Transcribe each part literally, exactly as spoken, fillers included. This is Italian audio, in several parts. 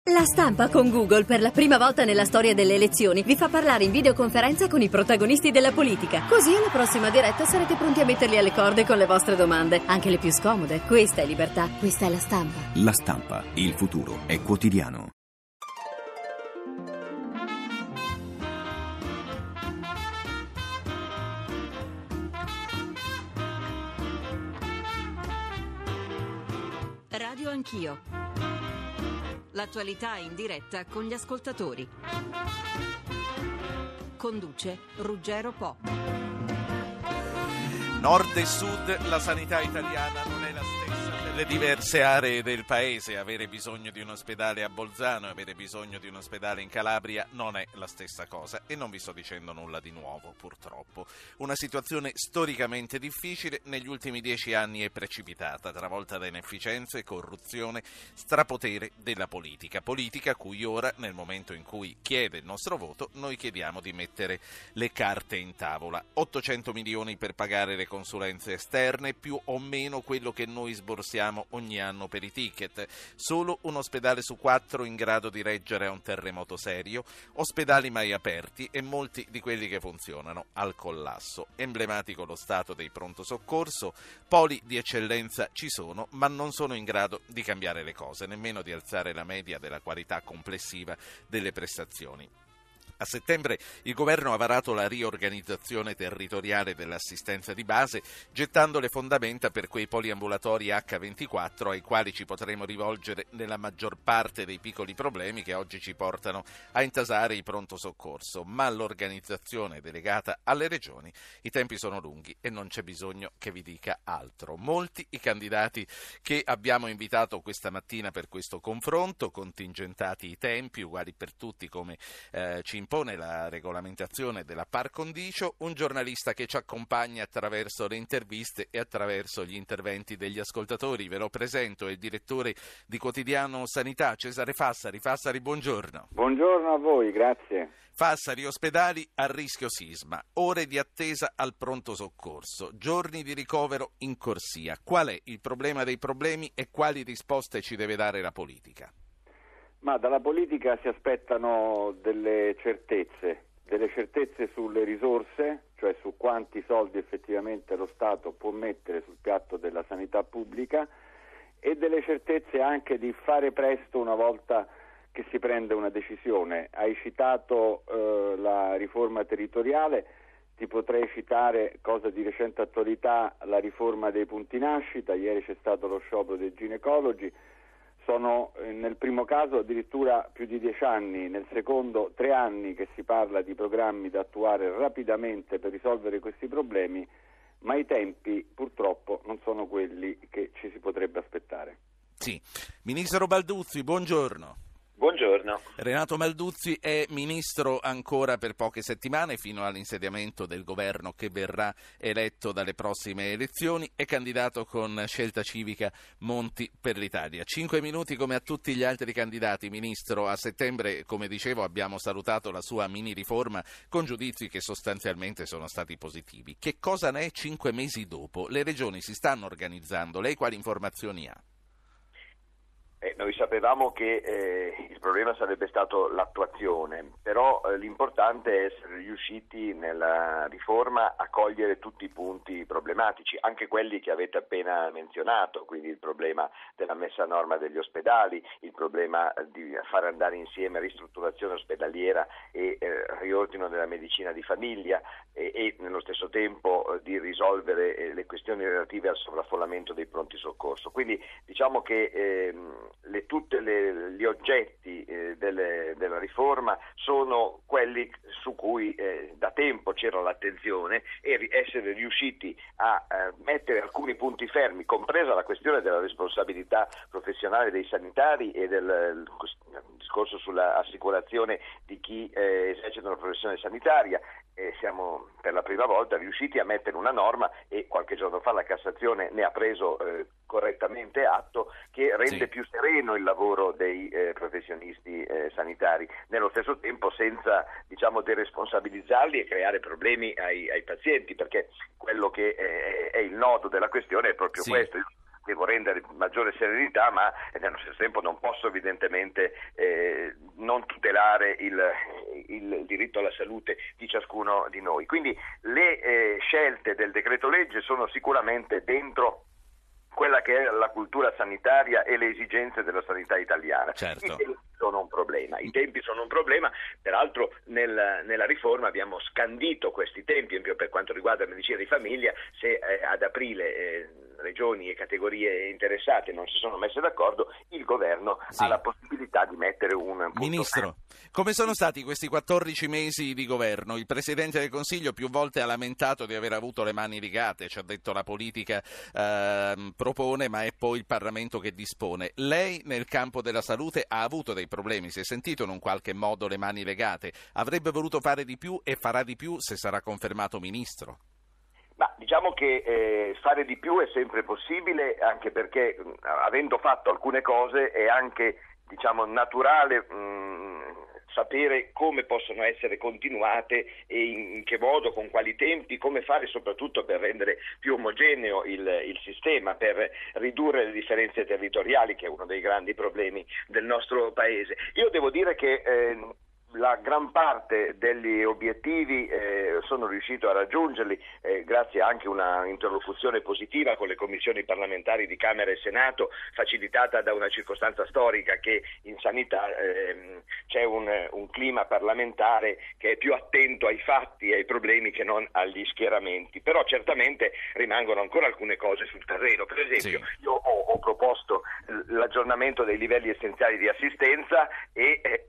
La Stampa con Google, per la prima volta nella storia delle elezioni, vi fa parlare in videoconferenza con i protagonisti della politica. Così alla prossima diretta sarete pronti a metterli alle corde con le vostre domande, anche le più scomode. Questa è libertà, questa è La Stampa. La Stampa, il futuro è quotidiano. Radio Anch'io. L'attualità in diretta con gli ascoltatori. Conduce Ruggero Po. Nord e sud, la sanità italiana non è la stessa nelle diverse aree del paese. Avere bisogno di un ospedale a Bolzano e avere bisogno di un ospedale in Calabria non è la stessa cosa, e non vi sto dicendo nulla di nuovo, purtroppo. Una situazione storicamente difficile, negli ultimi dieci anni è precipitata, travolta da inefficienze, corruzione, strapotere della politica. Politica a cui ora, nel momento in cui chiede il nostro voto, noi chiediamo di mettere le carte in tavola. ottocento milioni per pagare le consulenze esterne, più o meno quello che noi sborsiamo ogni anno per i ticket. Solo un ospedale su quattro in grado di reggere a un terremoto serio, ospedali mai aperti e molti di quelli che funzionano al collasso. Emblematico lo stato dei pronto soccorso, poli di eccellenza ci sono, ma non sono in grado di cambiare le cose, nemmeno di alzare la media della qualità complessiva delle prestazioni. A settembre il governo ha varato la riorganizzazione territoriale dell'assistenza di base, gettando le fondamenta per quei poliambulatori acca ventiquattro ai quali ci potremo rivolgere nella maggior parte dei piccoli problemi che oggi ci portano a intasare il pronto soccorso. Ma l'organizzazione è delegata alle regioni, i tempi sono lunghi e non c'è bisogno che vi dica altro. Molti i candidati che abbiamo invitato questa mattina per questo confronto, contingentati i tempi, uguali per tutti come eh, ci impone la regolamentazione della par condicio, un giornalista che ci accompagna attraverso le interviste e attraverso gli interventi degli ascoltatori. Ve lo presento, è il direttore di Quotidiano Sanità, Cesare Fassari. Fassari, buongiorno. Buongiorno a voi, grazie. Fassari, ospedali a rischio sisma, ore di attesa al pronto soccorso, giorni di ricovero in corsia. Qual è il problema dei problemi e quali risposte ci deve dare la politica? Ma dalla politica si aspettano delle certezze, delle certezze sulle risorse, cioè su quanti soldi effettivamente lo Stato può mettere sul piatto della sanità pubblica, e delle certezze anche di fare presto una volta che si prende una decisione. Hai citato eh, la riforma territoriale, ti potrei citare, cosa di recente attualità, la riforma dei punti nascita. Ieri c'è stato lo sciopero dei ginecologi. Sono nel primo caso addirittura più di dieci anni, nel secondo tre anni che si parla di programmi da attuare rapidamente per risolvere questi problemi, ma i tempi purtroppo non sono quelli che ci si potrebbe aspettare. Sì. Ministro Balduzzi, buongiorno. Buongiorno. Renato Balduzzi è ministro ancora per poche settimane, fino all'insediamento del governo che verrà eletto dalle prossime elezioni, è candidato con Scelta Civica Monti per l'Italia. Cinque minuti come a tutti gli altri candidati, ministro. A settembre, come dicevo, abbiamo salutato la sua mini riforma con giudizi che sostanzialmente sono stati positivi. Che cosa ne è cinque mesi dopo? Le regioni si stanno organizzando, lei quali informazioni ha? Eh, noi sapevamo che eh, il problema sarebbe stato l'attuazione, però eh, l'importante è essere riusciti nella riforma a cogliere tutti i punti problematici, anche quelli che avete appena menzionato, quindi il problema della messa a norma degli ospedali, il problema di far andare insieme ristrutturazione ospedaliera e eh, riordino della medicina di famiglia e, e nello stesso tempo eh, di risolvere eh, le questioni relative al sovraffollamento dei pronti soccorso. Quindi diciamo che ehm, Le, tutte le, gli oggetti eh, delle, della riforma sono quelli su cui eh, da tempo c'era l'attenzione, e ri- essere riusciti a eh, mettere alcuni punti fermi, compresa la questione della responsabilità professionale dei sanitari e del il discorso sulla assicurazione di chi eh, esercita una professione sanitaria. Eh, siamo per la prima volta riusciti a mettere una norma, e qualche giorno fa la Cassazione ne ha preso eh, correttamente atto, che rende sì. più sereno il lavoro dei eh, professionisti eh, sanitari, nello stesso tempo senza, diciamo, deresponsabilizzarli e creare problemi ai, ai pazienti, perché quello che è, è il nodo della questione è proprio sì. questo. devo rendere maggiore serenità, ma nello stesso tempo non posso evidentemente eh, non tutelare il, il diritto alla salute di ciascuno di noi. Quindi le eh, scelte del decreto legge sono sicuramente dentro quella che è la cultura sanitaria e le esigenze della sanità italiana. Certo. I tempi sono un problema, i tempi sono un problema, peraltro nel, nella riforma abbiamo scandito questi tempi, per per quanto riguarda la medicina di famiglia, se eh, ad aprile eh, regioni e categorie interessate non si sono messe d'accordo, il governo sì. ha la possibilità di mettere un punto. Ministro, come sono stati questi quattordici mesi di governo? Il Presidente del Consiglio più volte ha lamentato di aver avuto le mani legate, ci ha detto la politica eh, propone, ma è poi il Parlamento che dispone. Lei nel campo della salute ha avuto dei problemi, si è sentito in un qualche modo le mani legate? Avrebbe voluto fare di più e farà di più se sarà confermato Ministro? Ma diciamo che eh, fare di più è sempre possibile, anche perché mh, avendo fatto alcune cose è anche, diciamo, naturale mh, sapere come possono essere continuate e in che modo, con quali tempi, come fare soprattutto per rendere più omogeneo il, il sistema, per ridurre le differenze territoriali, che è uno dei grandi problemi del nostro Paese. Io devo dire che eh, la gran parte degli obiettivi eh, sono riuscito a raggiungerli eh, grazie anche a una interlocuzione positiva con le commissioni parlamentari di Camera e Senato, facilitata da una circostanza storica che in sanità eh, c'è un, un clima parlamentare che è più attento ai fatti e ai problemi che non agli schieramenti, però certamente rimangono ancora alcune cose sul terreno. Per esempio sì. io ho, ho proposto l'aggiornamento dei livelli essenziali di assistenza e eh,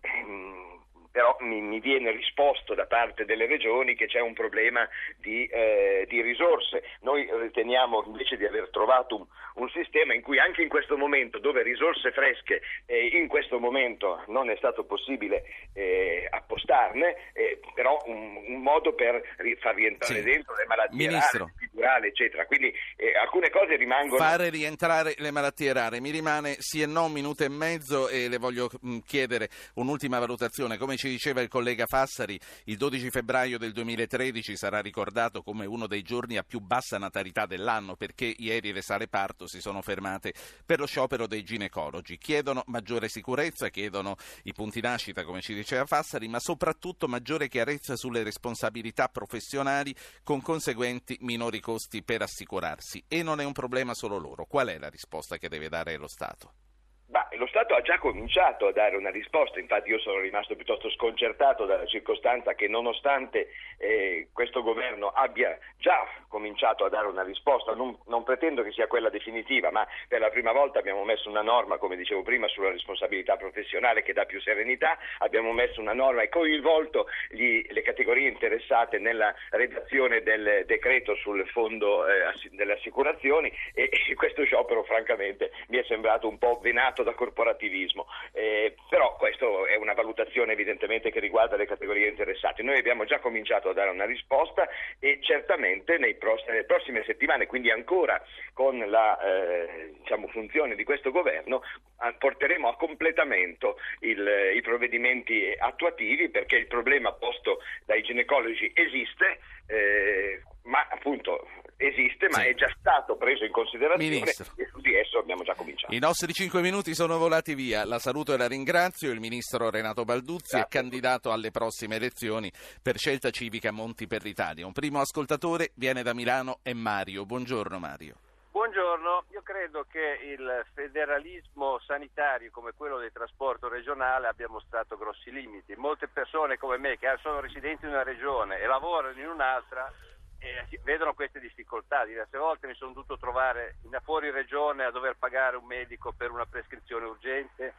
però mi, mi viene risposto da parte delle regioni che c'è un problema di, eh, di risorse. Noi riteniamo invece di aver trovato un, un sistema in cui anche in questo momento, dove risorse fresche eh, in questo momento non è stato possibile eh, appostarne, eh, però un, un modo per ri- far rientrare sì. dentro le malattie rare, figurali, eccetera. Quindi eh, alcune cose rimangono... Fare rientrare le malattie rare. Mi rimane sì e no un minuto e mezzo e le voglio mh, chiedere un'ultima valutazione. Come ci diceva il collega Fassari, il dodici febbraio del duemilatredici sarà ricordato come uno dei giorni a più bassa natalità dell'anno, perché ieri le sale parto si sono fermate per lo sciopero dei ginecologi. Chiedono maggiore sicurezza, chiedono i punti nascita, come ci diceva Fassari, ma soprattutto maggiore chiarezza sulle responsabilità professionali, con conseguenti minori costi per assicurarsi. E non è un problema solo loro. Qual è la risposta che deve dare lo Stato? Ma lo Stato ha già cominciato a dare una risposta, infatti io sono rimasto piuttosto sconcertato dalla circostanza che nonostante eh, questo governo abbia già cominciato a dare una risposta, non, non pretendo che sia quella definitiva, ma per la prima volta abbiamo messo una norma, come dicevo prima, sulla responsabilità professionale che dà più serenità, abbiamo messo una norma e coinvolto gli, le categorie interessate nella redazione del decreto sul fondo eh, ass- delle assicurazioni e, e questo sciopero francamente mi è sembrato un po' venato da corporativismo, eh, però questo è una valutazione evidentemente che riguarda le categorie interessate. Noi abbiamo già cominciato a dare una risposta e certamente nei pross- nelle prossime settimane, quindi ancora con la eh, diciamo, funzione di questo governo, a- porteremo a completamento il, i provvedimenti attuativi, perché il problema posto dai ginecologi esiste, eh, ma appunto esiste, ma sì. è già stato preso in considerazione Ministro. E su di esso abbiamo già cominciato. I nostri cinque minuti sono volati via, la saluto e la ringrazio. Il Ministro Renato Balduzzi Grazie. È candidato alle prossime elezioni per Scelta Civica Monti per l'Italia. Un primo ascoltatore viene da Milano, è Mario. Buongiorno Mario. Buongiorno, io credo che il federalismo sanitario come quello del trasporto regionale abbia mostrato grossi limiti. Molte persone come me che sono residenti in una regione e lavorano in un'altra Eh, vedono queste difficoltà. Diverse volte mi sono dovuto trovare in fuori regione a dover pagare un medico per una prescrizione urgente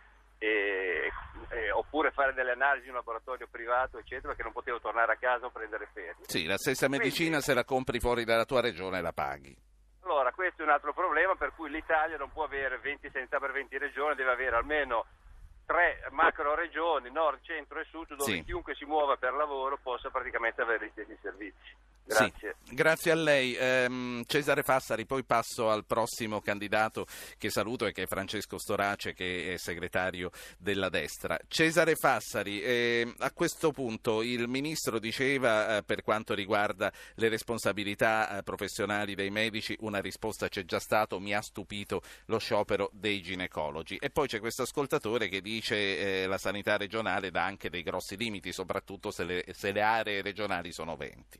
e, e, oppure fare delle analisi in un laboratorio privato eccetera, che non potevo tornare a casa o prendere ferie. Sì, la stessa medicina Quindi, se la compri fuori dalla tua regione la paghi. Allora questo è un altro problema, per cui l'Italia non può avere venti sanità per venti regioni, deve avere almeno tre macro regioni, nord, centro e sud, dove sì. chiunque si muova per lavoro possa praticamente avere gli stessi servizi. Grazie. Sì, grazie a lei. Ehm, Cesare Fassari, poi passo al prossimo candidato che saluto e che è Francesco Storace, che è segretario della destra. Cesare Fassari, eh, a questo punto il Ministro diceva eh, per quanto riguarda le responsabilità eh, professionali dei medici, una risposta c'è già stato, mi ha stupito lo sciopero dei ginecologi. E poi c'è questo ascoltatore che dice eh, la sanità regionale dà anche dei grossi limiti, soprattutto se le, se le aree regionali sono venti.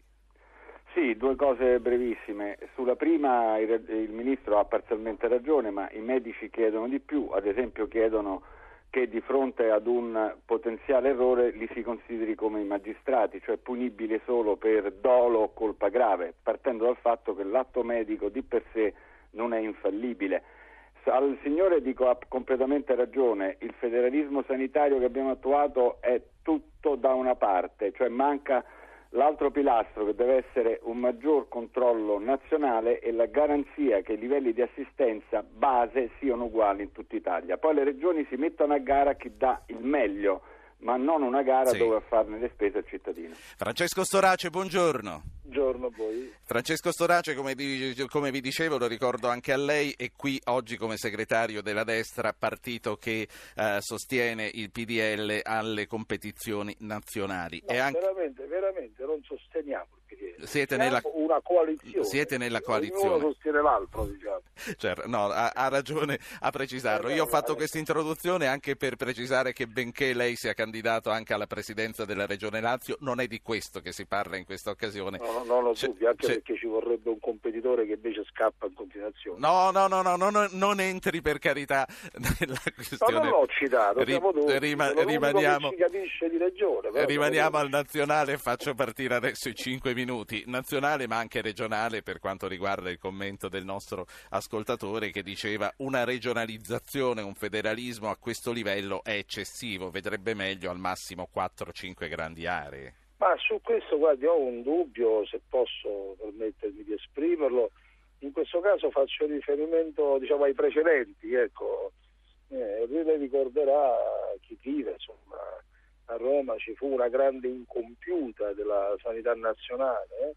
Sì, due cose brevissime. Sulla prima il, il Ministro ha parzialmente ragione, ma i medici chiedono di più, ad esempio chiedono che di fronte ad un potenziale errore li si consideri come i magistrati, cioè punibili solo per dolo o colpa grave, partendo dal fatto che l'atto medico di per sé non è infallibile. Al signore dico ha completamente ragione, il federalismo sanitario che abbiamo attuato è tutto da una parte, cioè manca l'altro pilastro che deve essere un maggior controllo nazionale e la garanzia che i livelli di assistenza base siano uguali in tutta Italia. Poi le regioni si mettono a gara a chi dà il meglio, ma non una gara sì. dove a farne le spese al cittadino. Francesco Storace, buongiorno. Buongiorno a voi. Francesco Storace, come, di, come vi dicevo, lo ricordo anche a lei, è qui oggi come segretario della destra, partito che eh, sostiene il P D L alle competizioni nazionali. No, e anche... veramente, veramente non sosteniamo il P D L. Siete Siamo nella... una coalizione. Siete nella coalizione. Uno sostiene l'altro, diciamo. Certo, no, ha, ha ragione a precisarlo. Io ho fatto questa introduzione anche per precisare che benché lei sia candidato anche alla presidenza della Regione Lazio, non è di questo che si parla in questa occasione. No, no, non ho c'è, dubbi, anche c'è... perché ci vorrebbe un competitore che invece scappa in continuazione. No, no, no, no, no, no non entri per carità nella questione. No, non l'ho citato, Ri- siamo tutti, rima- sono rimaniamo, che si capisce di regione. Però rimaniamo al nazionale, faccio partire adesso i cinque minuti. Nazionale ma anche regionale per quanto riguarda il commento del nostro ascoltatore che diceva una regionalizzazione, un federalismo a questo livello è eccessivo, vedrebbe meglio al massimo quattro cinque grandi aree. Ma su questo, guardi, ho un dubbio, se posso permettermi di esprimerlo. In questo caso faccio riferimento, diciamo, ai precedenti, ecco. Eh, lei ricorderà, chi vive, insomma, a Roma ci fu una grande incompiuta della sanità nazionale, eh?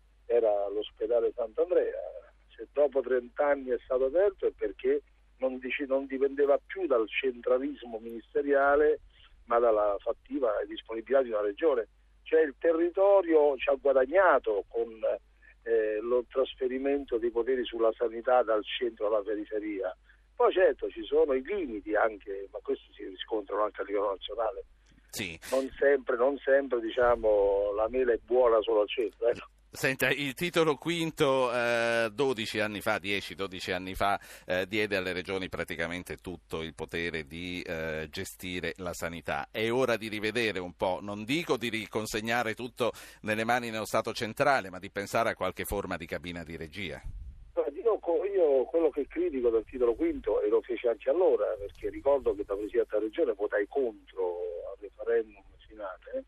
Era l'ospedale Sant'Andrea. Se dopo trent'anni è stato aperto è perché non, dic- non dipendeva più dal centralismo ministeriale, ma dalla fattiva disponibilità di una regione. Cioè il territorio ci ha guadagnato con eh, lo trasferimento dei poteri sulla sanità dal centro alla periferia. Poi certo ci sono i limiti anche, ma questi si riscontrano anche a livello nazionale. Sì. Non sempre, non sempre diciamo la mela è buona solo al centro. Eh. Senta, il titolo quinto eh, dodici anni fa, dieci dodici anni fa, eh, diede alle regioni praticamente tutto il potere di eh, gestire la sanità. È ora di rivedere un po', non dico di riconsegnare tutto nelle mani dello Stato centrale, ma di pensare a qualche forma di cabina di regia. Io, io quello che critico del titolo quinto, e lo feci anche allora, perché ricordo che da Presidente della Regione votai contro al referendum finale,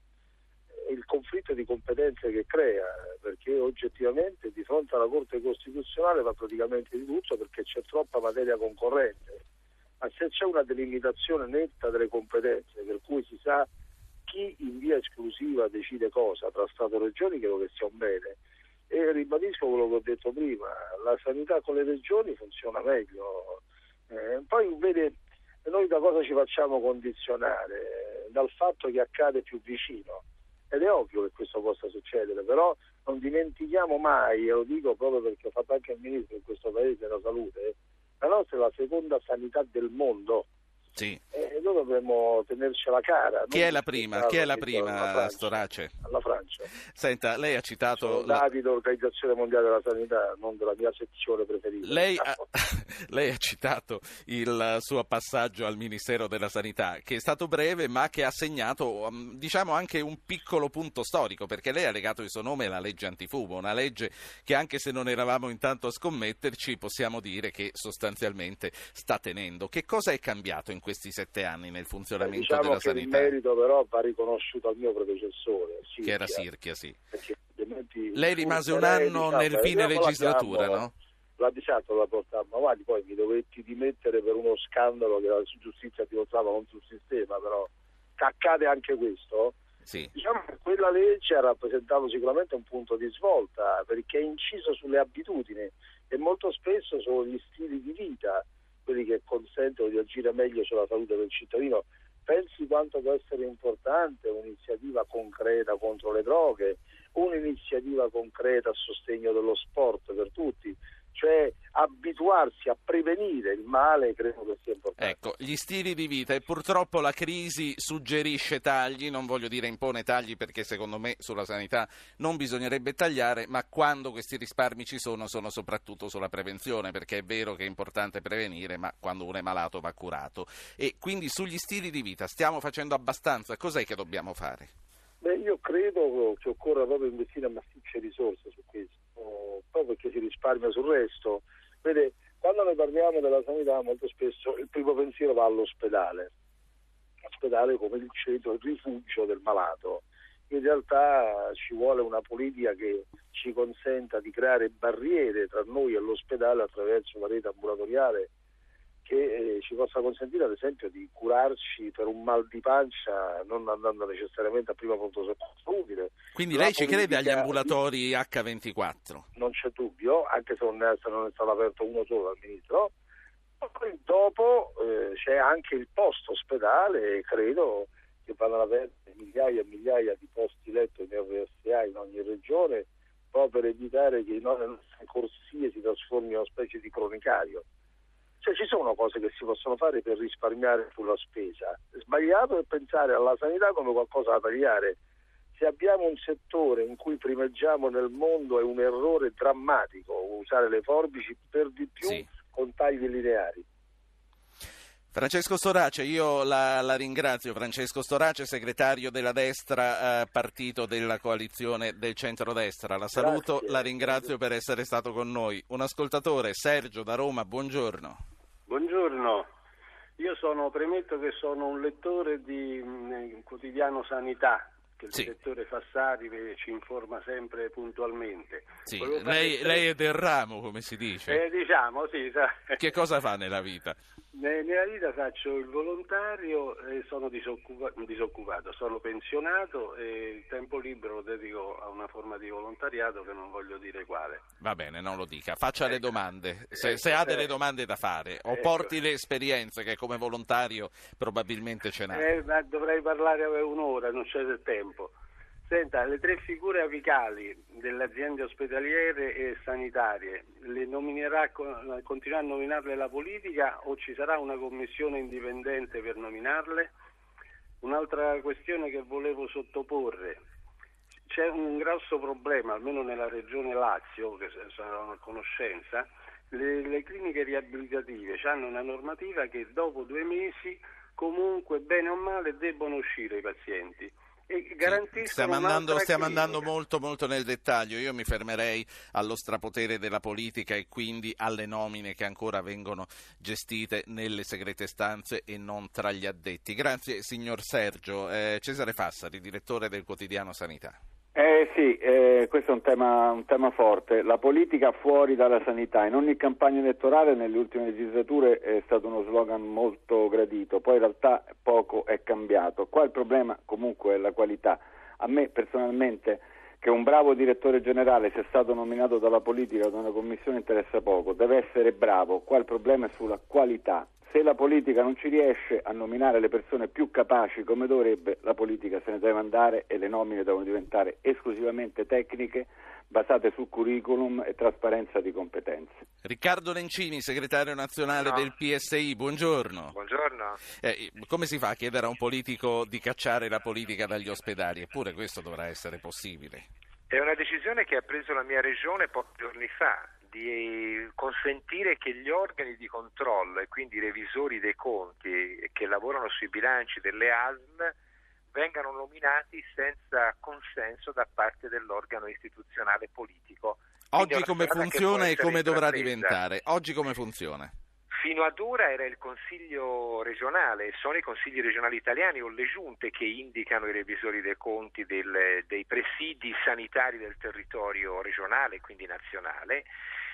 il conflitto di competenze che crea, perché oggettivamente di fronte alla Corte Costituzionale va praticamente di tutto perché c'è troppa materia concorrente, ma se c'è una delimitazione netta delle competenze per cui si sa chi in via esclusiva decide cosa tra Stato e Regioni, credo che sia un bene. E ribadisco quello che ho detto prima, la sanità con le regioni funziona meglio. Eh, poi vede, noi da cosa ci facciamo condizionare? Dal fatto che accade più vicino. Ed è ovvio che questo possa succedere, però non dimentichiamo mai, e lo dico proprio perché ho fatto anche il ministro in questo paese della salute, la nostra è la seconda sanità del mondo. Sì. E noi dovremmo tenercela cara. Chi è la prima? Chi è la prima, Storace? Alla Francia. Senta, lei ha citato... Sono dati la... dell'Organizzazione Mondiale della Sanità, non della mia sezione preferita. Lei ha, lei ha citato il suo passaggio al Ministero della Sanità, che è stato breve, ma che ha segnato, diciamo, anche un piccolo punto storico, perché lei ha legato il suo nome alla legge antifumo, una legge che, anche se non eravamo intanto a scommetterci, possiamo dire che sostanzialmente sta tenendo. Che cosa è cambiato in questi sette anni nel funzionamento diciamo della che sanità? Il merito però va riconosciuto al mio predecessore, Sirchia, che era Sirchia, sì. Lei rimase un anno nel diciamo, fine legislatura, no? La diciamo la portammo avanti, poi mi dovetti dimettere per uno scandalo che la giustizia dimostrava contro il sistema, però accade anche questo. Sì. Diciamo che quella legge ha rappresentato sicuramente un punto di svolta, perché ha inciso sulle abitudini e molto spesso sono gli stili di vita quelli che consentono di agire meglio sulla salute del cittadino. Pensi quanto può essere importante un'iniziativa concreta contro le droghe, un'iniziativa concreta a sostegno dello sport per tutti, cioè abituarsi a prevenire il male, credo che sia importante. Ecco, gli stili di vita, e purtroppo la crisi suggerisce tagli, non voglio dire impone tagli perché secondo me sulla sanità non bisognerebbe tagliare, ma quando questi risparmi ci sono, sono soprattutto sulla prevenzione, perché è vero che è importante prevenire, ma quando uno è malato va curato. E quindi sugli stili di vita stiamo facendo abbastanza, cos'è che dobbiamo fare? Beh, io credo che occorra proprio investire massicce risorse su questo, proprio perché si risparmia sul resto. Vede, quando noi parliamo della sanità molto spesso il primo pensiero va all'ospedale, l'ospedale come il centro, il rifugio del malato. In realtà ci vuole una politica che ci consenta di creare barriere tra noi e l'ospedale attraverso la rete ambulatoriale, che eh, ci possa consentire ad esempio di curarci per un mal di pancia non andando necessariamente a prima pronto soccorso utile. Quindi La lei ci crede agli politica... ambulatori acca ventiquattro? Non c'è dubbio, anche se non è, se non è stato aperto uno solo dal Ministro. Poi dopo eh, c'è anche il post ospedale, credo che vanno aperte migliaia e migliaia di posti letto in R S A in ogni regione, proprio per evitare che le nostre corsie si trasformino in una specie di cronicario. Cioè ci sono cose che si possono fare per risparmiare sulla spesa. Sbagliato è pensare alla sanità come qualcosa da tagliare. Se abbiamo un settore in cui primeggiamo nel mondo è un errore drammatico usare le forbici, per di più Sì. con tagli lineari. Francesco Storace, io la, la ringrazio. Francesco Storace, segretario della destra, eh, partito della coalizione del centrodestra. La saluto, Grazie. la ringrazio per essere stato con noi. Un ascoltatore, Sergio da Roma, buongiorno. Buongiorno, io sono, premetto che sono un lettore di mh, quotidiano Sanità, che il Sì. direttore Fassari ci informa sempre puntualmente. Sì, Volevo fare lei, tre- lei è del ramo, come si dice. Eh, diciamo, sì. sa- Che cosa fa nella vita? Ne- Nella vita faccio il volontario e sono disoccupa- disoccupato, sono pensionato e il tempo libero lo dedico a una forma di volontariato che non voglio dire quale. Va bene, non lo dica. Faccia le Ecco. domande, se, Ecco, se ha delle eh. domande da fare, o Ecco. porti le esperienze che come volontario probabilmente ce n'ha. Eh, ma dovrei parlare un'ora, non c'è del tempo. Senta, le tre figure apicali delle aziende ospedaliere e sanitarie, le nominerà, continuerà a nominarle la politica o ci sarà una commissione indipendente per nominarle? Un'altra questione che volevo sottoporre: c'è un grosso problema, almeno nella regione Lazio, che sono a conoscenza, le, le cliniche riabilitative hanno una normativa che dopo due mesi comunque, bene o male, debbono uscire i pazienti. E garantiscono Stiamo andando, un'altra stiamo clinica. andando molto molto nel dettaglio. Io mi fermerei allo strapotere della politica e quindi alle nomine che ancora vengono gestite nelle segrete stanze e non tra gli addetti. Grazie signor Sergio. Eh, Cesare Fassari, direttore del quotidiano Sanità. Eh sì, eh, questo è un tema, un tema forte. La politica fuori dalla sanità. In ogni campagna elettorale nelle ultime legislature è stato uno slogan molto gradito, poi in realtà poco è cambiato. Qua il problema comunque è la qualità. A me personalmente, che un bravo direttore generale sia stato nominato dalla politica o da una commissione, interessa poco, deve essere bravo. Qua il problema è sulla qualità. Se la politica non ci riesce a nominare le persone più capaci come dovrebbe, la politica se ne deve andare e le nomine devono diventare esclusivamente tecniche, basate su curriculum e trasparenza di competenze. Riccardo Lencini, segretario nazionale No. del P S I, buongiorno. Buongiorno. Eh, come si fa a chiedere a un politico di cacciare la politica dagli ospedali? Eppure questo dovrà essere possibile. È una decisione che ha preso la mia regione pochi giorni fa, di consentire che gli organi di controllo e quindi i revisori dei conti che lavorano sui bilanci delle A S M vengano nominati senza consenso da parte dell'organo istituzionale politico. Quindi Oggi è una come strada che funziona può e essere come dovrà intrapresa. diventare? Oggi come funziona? Fino ad ora era il Consiglio regionale, sono i Consigli regionali italiani o le giunte che indicano i revisori dei conti del, dei presidi sanitari del territorio regionale, quindi nazionale.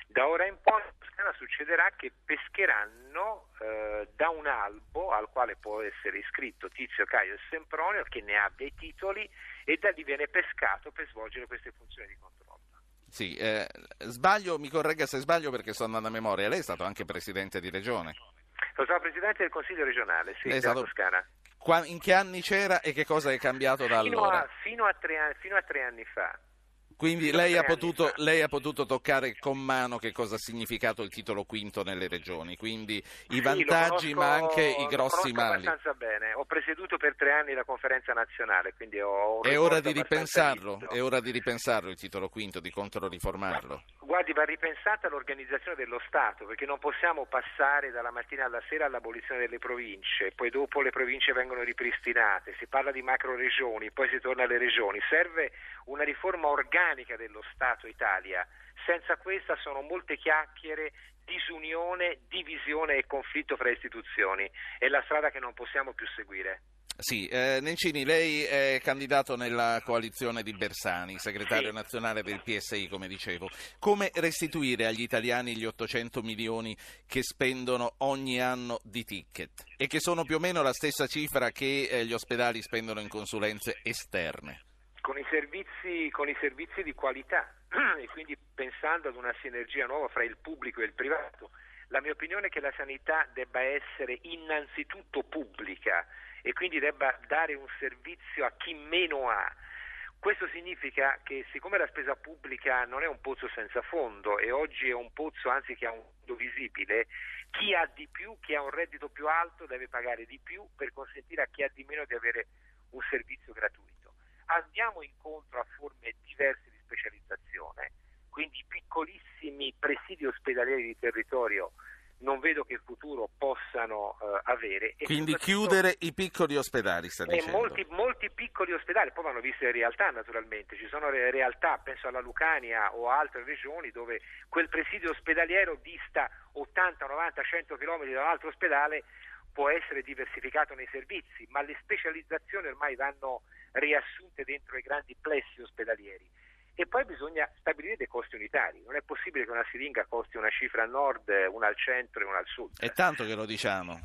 Da ora in poi in Toscana succederà che pescheranno eh, da un albo al quale può essere iscritto Tizio, Caio e Sempronio, che ne abbia i titoli, e da lì viene pescato per svolgere queste funzioni di controllo. Sì, eh, sbaglio, mi corregga se sbaglio perché sto andando a memoria, lei è stato anche presidente di regione. Sono stato presidente del Consiglio regionale, sì, lei è della stato... Toscana. Qua, in che anni c'era e che cosa è cambiato da fino allora? A, fino, a tre anni, fino a tre anni fa. Quindi lei ha, potuto, lei ha potuto toccare con mano che cosa ha significacato il titolo quinto nelle regioni, quindi i sì, vantaggi conosco, ma anche i grossi lo mali. Abbastanza bene, ho presieduto per tre anni la conferenza nazionale, quindi ho un È ora di ripensarlo, ripensarlo, è ora di ripensarlo il titolo quinto, di controriformarlo. Guardi, va ripensata l'organizzazione dello Stato, perché non possiamo passare dalla mattina alla sera all'abolizione delle province, poi dopo le province vengono ripristinate, si parla di macro regioni, poi si torna alle regioni. Serve una riforma organica dello Stato Italia. Senza questa sono molte chiacchiere, disunione, divisione e conflitto fra istituzioni. È la strada che non possiamo più seguire. Sì, eh, Nencini, lei è candidato nella coalizione di Bersani, segretario sì. nazionale del P S I, come dicevo. Come restituire agli italiani gli ottocento milioni che spendono ogni anno di ticket e che sono più o meno la stessa cifra che eh, gli ospedali spendono in consulenze esterne? Con i servizi, con i servizi di qualità e quindi pensando ad una sinergia nuova fra il pubblico e il privato. La mia opinione è che la sanità debba essere innanzitutto pubblica e quindi debba dare un servizio a chi meno ha. Questo significa che siccome la spesa pubblica non è un pozzo senza fondo e oggi è un pozzo anzi che ha un fondo visibile, chi ha di più, chi ha un reddito più alto deve pagare di più per consentire a chi ha di meno di avere un servizio gratuito. Andiamo incontro a forme diverse di specializzazione, quindi piccolissimi presidi ospedalieri di territorio non vedo che futuro possano uh, avere. E quindi chiudere i piccoli ospedali, sta e dicendo. Molti, molti piccoli ospedali, poi vanno viste le realtà naturalmente, ci sono re- realtà, penso alla Lucania o a altre regioni dove quel presidio ospedaliero dista ottanta, novanta, cento chilometri da un altro ospedale, può essere diversificato nei servizi, ma le specializzazioni ormai vanno riassunte dentro i grandi plessi ospedalieri. E poi bisogna stabilire dei costi unitari. Non è possibile che una siringa costi una cifra al nord, una al centro e una al sud. È tanto che lo diciamo.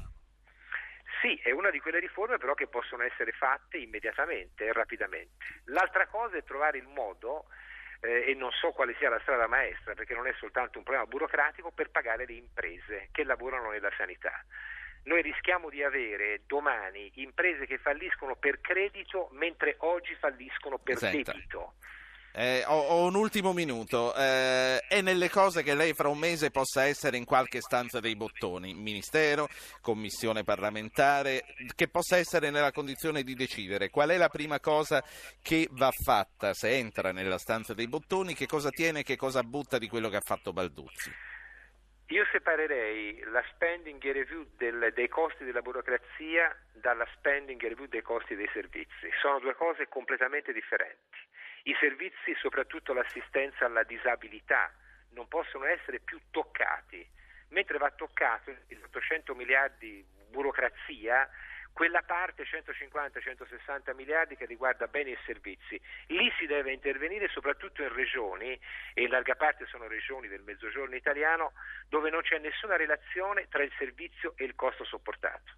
Sì, è una di quelle riforme però che possono essere fatte immediatamente e rapidamente. L'altra cosa è trovare il modo, eh, e non so quale sia la strada maestra, perché non è soltanto un problema burocratico, per pagare le imprese che lavorano nella sanità. Noi rischiamo di avere domani imprese che falliscono per credito, mentre oggi falliscono per Senta. debito. Eh, ho, ho un ultimo minuto. Eh, è nelle cose che lei fra un mese possa essere in qualche stanza dei bottoni, ministero, commissione parlamentare, che possa essere nella condizione di decidere qual è la prima cosa che va fatta se entra nella stanza dei bottoni, che cosa tiene e che cosa butta di quello che ha fatto Balduzzi. Io separerei la spending review del, dei costi della burocrazia dalla spending review dei costi dei servizi. Sono due cose completamente differenti. I servizi, soprattutto l'assistenza alla disabilità, non possono essere più toccati, mentre va toccato gli ottocento miliardi burocrazia, quella parte centocinquanta centosessanta miliardi che riguarda beni e servizi. Lì si deve intervenire soprattutto in regioni, e in larga parte sono regioni del mezzogiorno italiano, dove non c'è nessuna relazione tra il servizio e il costo sopportato.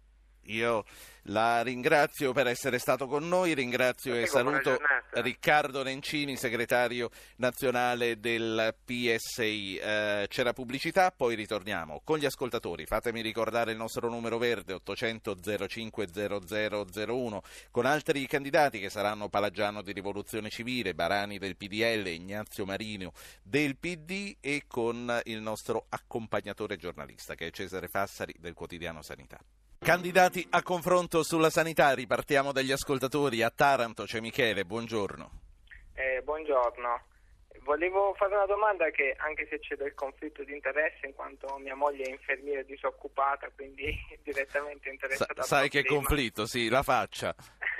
Io la ringrazio per essere stato con noi, ringrazio e saluto Riccardo Nencini, segretario nazionale del P S I. Eh, c'era pubblicità, poi ritorniamo con gli ascoltatori. Fatemi ricordare il nostro numero verde ottocento zero cinque zero zero zero uno con altri candidati che saranno Palagiano di Rivoluzione Civile, Barani del P D L, Ignazio Marino del P D e con il nostro accompagnatore giornalista che è Cesare Fassari del quotidiano Sanità. Candidati a confronto sulla sanità, ripartiamo dagli ascoltatori. A Taranto c'è Michele, buongiorno. Eh, buongiorno, volevo fare una domanda che anche se c'è del conflitto di interesse in quanto mia moglie è infermiera disoccupata, quindi direttamente interessata. Sa- sai al che conflitto, sì, la faccia.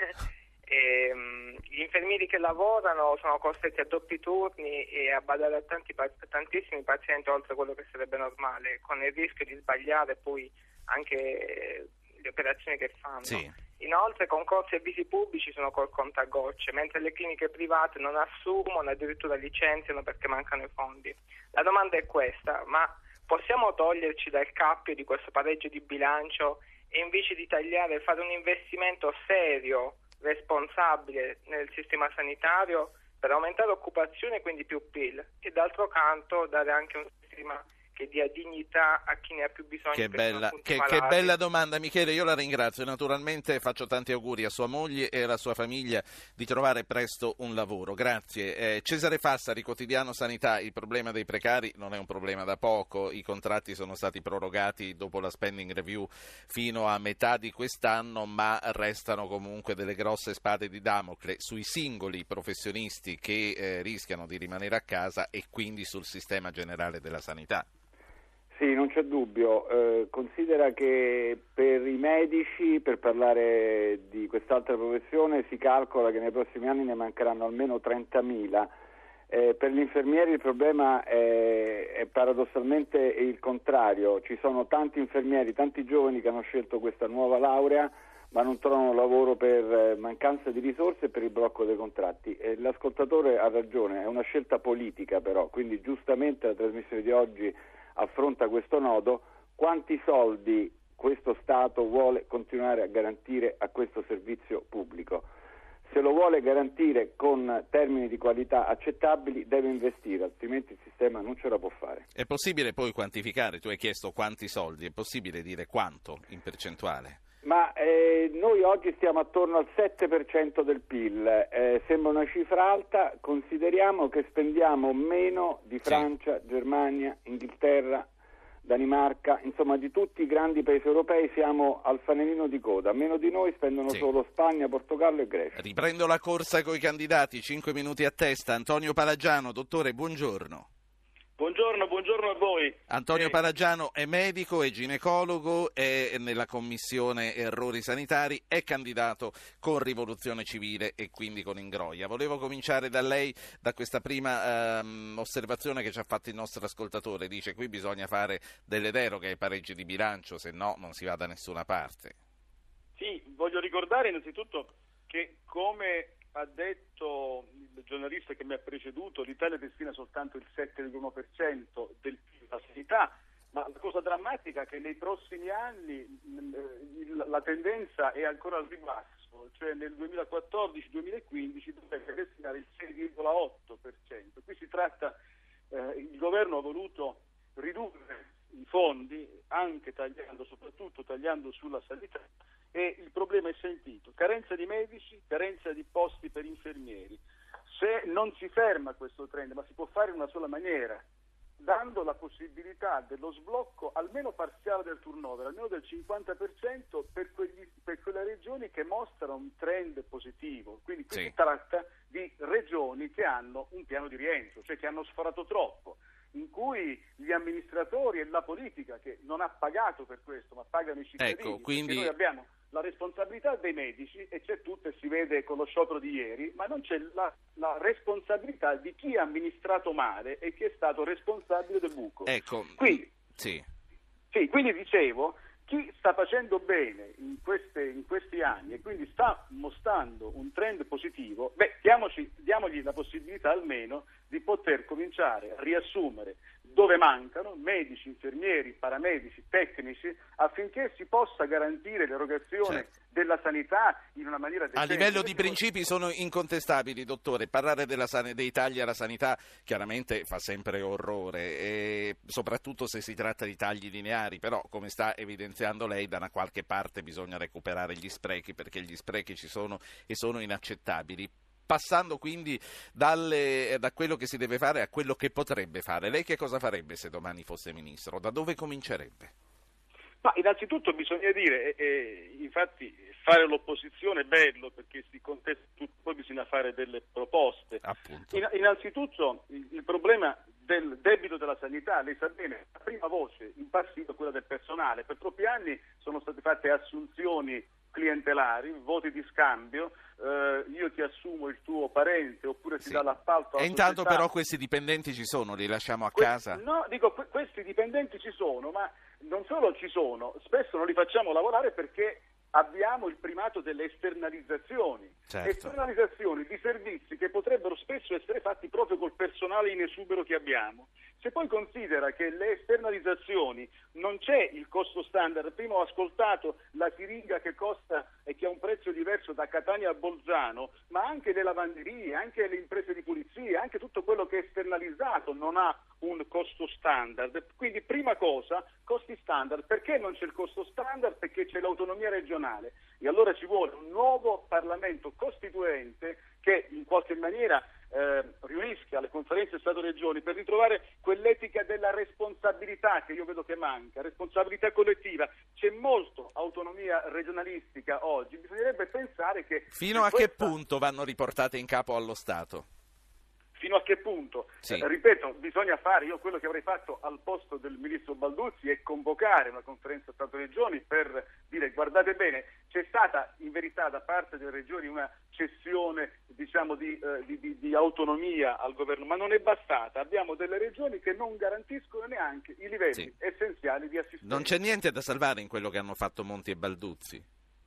E, um, gli infermieri che lavorano sono costretti a doppi turni e a badare a tanti, tantissimi pazienti oltre quello che sarebbe normale, con il rischio di sbagliare poi anche le operazioni che fanno. Sì. Inoltre concorsi e avvisi pubblici sono col contagocce, mentre le cliniche private non assumono, addirittura licenziano perché mancano i fondi. La domanda è questa, ma possiamo toglierci dal cappio di questo pareggio di bilancio e invece di tagliare fare un investimento serio, responsabile nel sistema sanitario per aumentare occupazione e quindi più P I L e d'altro canto dare anche un sistema che dia dignità a chi ne ha più bisogno? Che bella, che, che bella domanda, Michele, io la ringrazio. Naturalmente faccio tanti auguri a sua moglie e alla sua famiglia di trovare presto un lavoro. Grazie. Eh, Cesare Fassari, Quotidiano Sanità. Il problema dei precari non è un problema da poco, i contratti sono stati prorogati dopo la spending review fino a metà di quest'anno, ma restano comunque delle grosse spade di Damocle sui singoli professionisti che eh, rischiano di rimanere a casa e quindi sul sistema generale della sanità. Sì, non c'è dubbio. Eh, considera che per i medici, per parlare di quest'altra professione, si calcola che nei prossimi anni ne mancheranno almeno trentamila. Eh, per gli infermieri il problema è, è paradossalmente il contrario. Ci sono tanti infermieri, tanti giovani che hanno scelto questa nuova laurea, ma non trovano lavoro per mancanza di risorse e per il blocco dei contratti. E l'ascoltatore ha ragione, è una scelta politica però, quindi giustamente la trasmissione di oggi affronta questo nodo. Quanti soldi questo Stato vuole continuare a garantire a questo servizio pubblico? Se lo vuole garantire con termini di qualità accettabili deve investire, altrimenti il sistema non ce la può fare. È possibile poi quantificare? Tu hai chiesto quanti soldi, è possibile dire quanto in percentuale? Ma eh, noi oggi stiamo attorno al sette per cento del P I L, eh, sembra una cifra alta, consideriamo che spendiamo meno di Francia, sì. Germania, Inghilterra, Danimarca, insomma di tutti i grandi paesi europei siamo al fanalino di coda, meno di noi spendono sì. solo Spagna, Portogallo e Grecia. Riprendo la corsa coi candidati, cinque minuti a testa. Antonio Palagiano, dottore, buongiorno. Buongiorno, buongiorno a voi. Antonio eh. Palagiano è medico, è ginecologo, è nella commissione errori sanitari, è candidato con Rivoluzione Civile e quindi con Ingroia. Volevo cominciare da lei, da questa prima ehm, osservazione che ci ha fatto il nostro ascoltatore. Dice qui bisogna fare delle deroghe ai pareggi di bilancio, se no non si va da nessuna parte. Sì, voglio ricordare innanzitutto che come ha detto il giornalista che mi ha preceduto, l'Italia destina soltanto il sette virgola uno per cento del P I L alla sanità, ma la cosa drammatica è che nei prossimi anni la tendenza è ancora al ribasso, cioè nel duemilaquattordici duemilaquindici dovrebbe destinare il sei virgola otto per cento. Qui si tratta, eh, il governo ha voluto ridurre i fondi, anche tagliando, soprattutto tagliando sulla sanità, e il problema è sentito: carenza di medici, carenza di posti per infermieri. Se non si ferma questo trend, ma si può fare in una sola maniera, dando la possibilità dello sblocco almeno parziale del turnover, almeno del cinquanta per cento per, quegli, per quelle regioni che mostrano un trend positivo. Quindi qui sì. si tratta di regioni che hanno un piano di rientro, cioè che hanno sforato troppo, in cui gli amministratori e la politica, che non ha pagato per questo, ma pagano i cittadini, ecco, quindi noi abbiamo la responsabilità dei medici, e c'è tutto, e si vede con lo sciopero di ieri, ma non c'è la, la responsabilità di chi ha amministrato male e chi è stato responsabile del buco. Ecco, quindi, sì. sì, quindi dicevo, chi sta facendo bene in, queste, in questi anni e quindi sta mostrando un trend positivo, beh, diamoci, diamogli la possibilità almeno di poter cominciare a riassumere dove mancano medici, infermieri, paramedici, tecnici, affinché si possa garantire l'erogazione certo. della sanità in una maniera decente. A livello di principi sono incontestabili, dottore. Parlare della san- dei tagli alla sanità chiaramente fa sempre orrore, e soprattutto se si tratta di tagli lineari, però come sta evidenziando lei, da una qualche parte bisogna recuperare gli sprechi, perché gli sprechi ci sono e sono inaccettabili. Passando quindi dalle, da quello che si deve fare a quello che potrebbe fare, lei che cosa farebbe se domani fosse ministro? Da dove comincerebbe? Ma innanzitutto bisogna dire, eh, infatti fare l'opposizione è bello perché si contesta tutto, poi bisogna fare delle proposte. Appunto. In, innanzitutto il, il problema del debito della sanità, lei sa bene, la prima voce impazzita è quella del personale. Per troppi anni sono state fatte assunzioni clientelari, voti di scambio, eh, io ti assumo il tuo parente, oppure si sì. dà l'appalto alla E intanto società. Però questi dipendenti ci sono, li lasciamo a que- casa? No, dico, que- questi dipendenti ci sono, ma non solo ci sono, spesso non li facciamo lavorare perché abbiamo il primato delle esternalizzazioni, certo. esternalizzazioni di servizi che potrebbero spesso essere fatti proprio col personale in esubero che abbiamo. Se poi considera che le esternalizzazioni non c'è il costo standard, prima ho ascoltato la siringa che costa e che ha un prezzo diverso da Catania a Bolzano, ma anche le lavanderie, anche le imprese di pulizia, anche tutto quello che è esternalizzato non ha un costo standard. Quindi prima cosa, costi standard. Perché non c'è il costo standard? Perché c'è l'autonomia regionale e allora ci vuole un nuovo Parlamento costituente che in qualche maniera eh, riunisca le conferenze Stato-Regioni per ritrovare quell'etica della responsabilità che io vedo che manca, responsabilità collettiva. C'è molto autonomia regionalistica oggi, bisognerebbe pensare che... Fino a questa... che punto vanno riportate in capo allo Stato? Fino a che punto? Sì. Eh, ripeto, bisogna fare, io quello che avrei fatto al posto del ministro Balduzzi è convocare una conferenza Stato-Regioni per dire guardate bene, c'è stata in verità da parte delle regioni una cessione diciamo di, eh, di, di, di autonomia al governo, ma non è bastata, abbiamo delle regioni che non garantiscono neanche i livelli sì. essenziali di assistenza. Non c'è niente da salvare in quello che hanno fatto Monti e Balduzzi?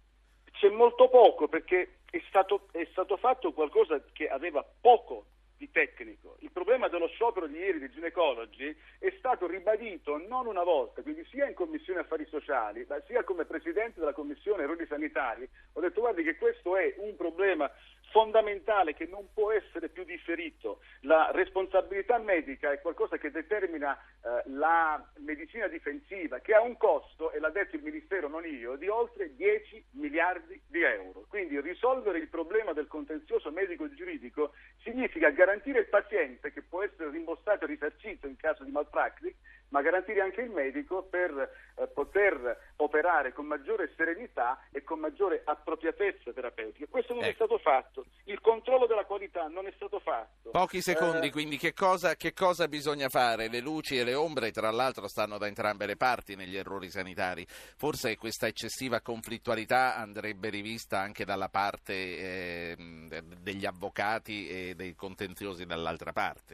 C'è molto poco perché è stato, è stato fatto qualcosa che aveva poco di tecnico. Il problema dello sciopero di ieri dei ginecologi è stato ribadito non una volta, quindi sia in Commissione Affari Sociali, ma sia come Presidente della Commissione Errori Sanitari, ho detto guardi che questo è un problema fondamentale che non può essere più differito. La responsabilità medica è qualcosa che determina eh, la medicina difensiva, che ha un costo, e l'ha detto il Ministero, non io, di oltre dieci miliardi di euro. Quindi risolvere il problema del contenzioso medico-giuridico significa garantire il paziente, che può essere rimborsato e risarcito in caso di malpractice, ma garantire anche il medico per eh, poter operare con maggiore serenità e con maggiore appropriatezza terapeutica. Questo non ecco. è stato fatto. Il controllo della qualità non è stato fatto. Pochi secondi, eh, quindi che cosa, che cosa bisogna fare? Le luci e le ombre, tra l'altro, stanno da entrambe le parti negli errori sanitari. Forse questa eccessiva conflittualità andrebbe rivista anche dalla parte eh, degli avvocati e dei contenziosi dall'altra parte.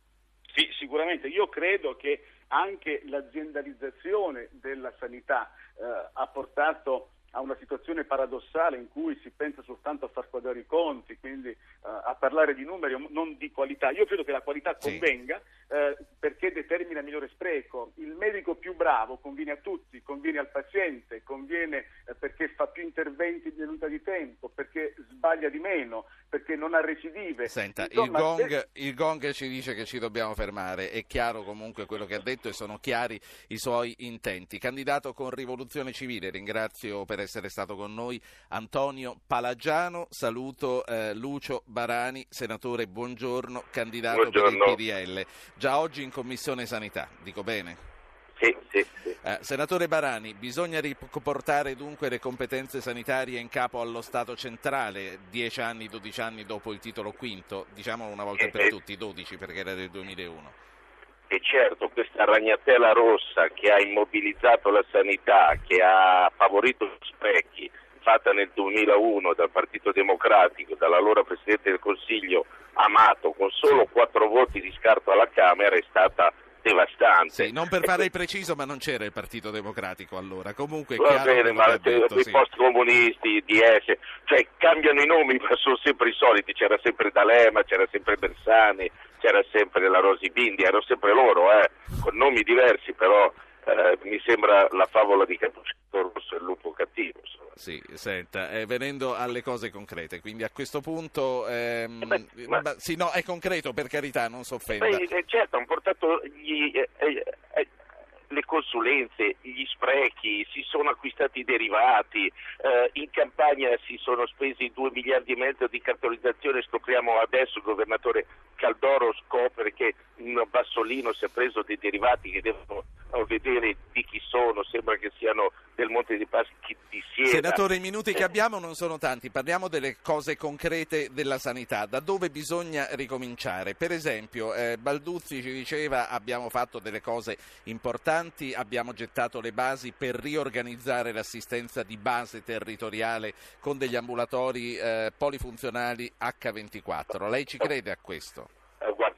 Sì, sicuramente. Io credo che anche l'aziendalizzazione della sanità eh, ha portato a una situazione paradossale in cui si pensa soltanto a far quadrare i conti, quindi eh, a parlare di numeri, non di qualità. Io credo che la qualità convenga sì. eh, perché determina migliore spreco. Il medico più bravo conviene a tutti, conviene al paziente, conviene eh, perché fa più interventi in unità di tempo, perché sbaglia di meno, perché non ha recidive. Senta, Insomma, il, gong, se... il gong ci dice che ci dobbiamo fermare, è chiaro comunque quello che ha detto e sono chiari i suoi intenti. Candidato con Rivoluzione Civile, ringrazio per essere stato con noi Antonio Palagiano, saluto eh, Lucio Barani, senatore, buongiorno, candidato buongiorno. per il P D L, già oggi in Commissione Sanità, dico bene? Sì, sì, sì. Eh, senatore Barani, bisogna riportare dunque le competenze sanitarie in capo allo Stato centrale, dieci anni, dodici anni dopo il titolo quinto, diciamolo una volta eh, per eh. tutti, dodici perché era del duemilauno. E certo, questa ragnatela rossa che ha immobilizzato la sanità, che ha favorito sprechi, fatta nel duemilauno dal Partito Democratico, dall'allora Presidente del Consiglio Amato, con solo quattro voti di scarto alla Camera, è stata devastante. Sì, non per fare il preciso, ma non c'era il Partito Democratico allora. Comunque è Va chiaro bene, ma i sì. post-comunisti, D S, cioè cambiano i nomi, ma sono sempre i soliti. C'era sempre D'Alema, c'era sempre Bersani, c'era sempre la Rosy Bindi, erano sempre loro, eh, con nomi diversi, però eh, mi sembra la favola di Capuccetto Rosso e il lupo cattivo. Insomma. Sì, senta, eh, venendo alle cose concrete, quindi a questo punto, ehm, Beh, ma... ma, sì, no, è concreto, per carità, non si offenda. Beh, certo, hanno portato gli, eh, eh, le consulenze, gli sprechi, si sono acquistati i derivati, eh, in campagna si sono spesi due miliardi e mezzo di cartolarizzazione, scopriamo adesso, il governatore Caldoro scopre che un Bassolino si è preso dei derivati che devono vedere di chi sono, sembra che siano del Monte dei Paschi di Siena. Senatore, i minuti che abbiamo non sono tanti, parliamo delle cose concrete della sanità, da dove bisogna ricominciare. Per esempio, eh, Balduzzi ci diceva abbiamo fatto delle cose importanti, abbiamo gettato le basi per riorganizzare l'assistenza di base territoriale con degli ambulatori eh, polifunzionali acca ventiquattro. Lei ci crede a questo? Eh, guardi, sono state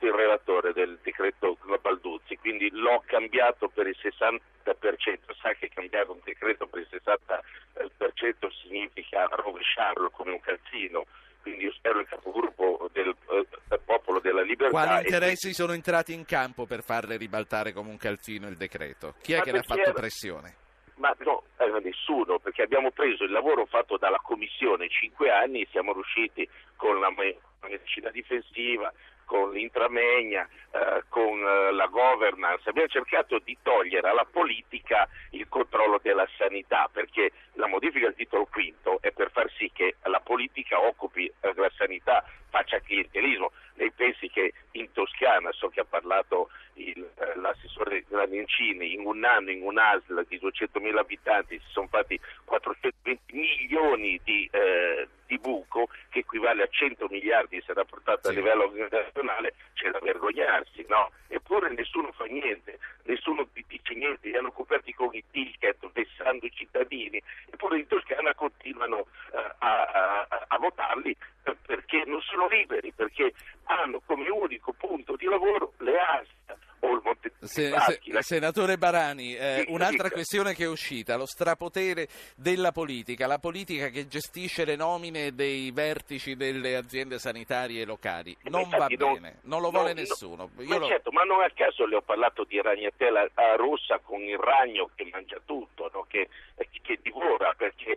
stato il relatore del decreto Balduzzi, quindi l'ho cambiato per il sessanta per cento. Sa che cambiare un decreto per il sessanta per cento significa rovesciarlo come un calzino, quindi io spero il capogruppo del, eh, del Popolo della Libertà. Quali interessi e... sono entrati in campo per farle ribaltare come un calzino il decreto? Chi è Ma che ne ha fatto era... pressione? Ma no, eh, nessuno, perché abbiamo preso il lavoro fatto dalla Commissione cinque anni e siamo riusciti con la, me- la medicina difensiva, con l'intramegna, eh, con eh, la governance, abbiamo cercato di togliere alla politica il controllo della sanità, perché la modifica del titolo quinto è per far sì che la politica occupi eh, la sanità, faccia clientelismo. Lei pensi che in Toscana, so che ha parlato il, eh, l'assessore Nencini, in un anno in un A S L di duecentomila abitanti si sono fatti quattrocentoventi milioni di, eh, di buco, che equivale a cento miliardi se rapportato sì. a livello nazionale, c'è da vergognarsi, no? Eppure nessuno fa niente, nessuno dice niente, li hanno coperti con i ticket, vessando i cittadini, eppure in Toscana continuano eh, a, a, a votarli eh, perché non sono liberi, perché hanno come unico punto di lavoro le A S L o il Monte se, se, la... Senatore Barani, eh, sì, un'altra dica. questione che è uscita, lo strapotere della politica, la politica che gestisce le nomine dei vertici delle aziende sanitarie locali, non va non, bene, non lo vuole no, nessuno. No, Io ma, lo... certo, ma non a caso le ho parlato di ragnatela rossa con il ragno che mangia tutto, no? che, che divora, perché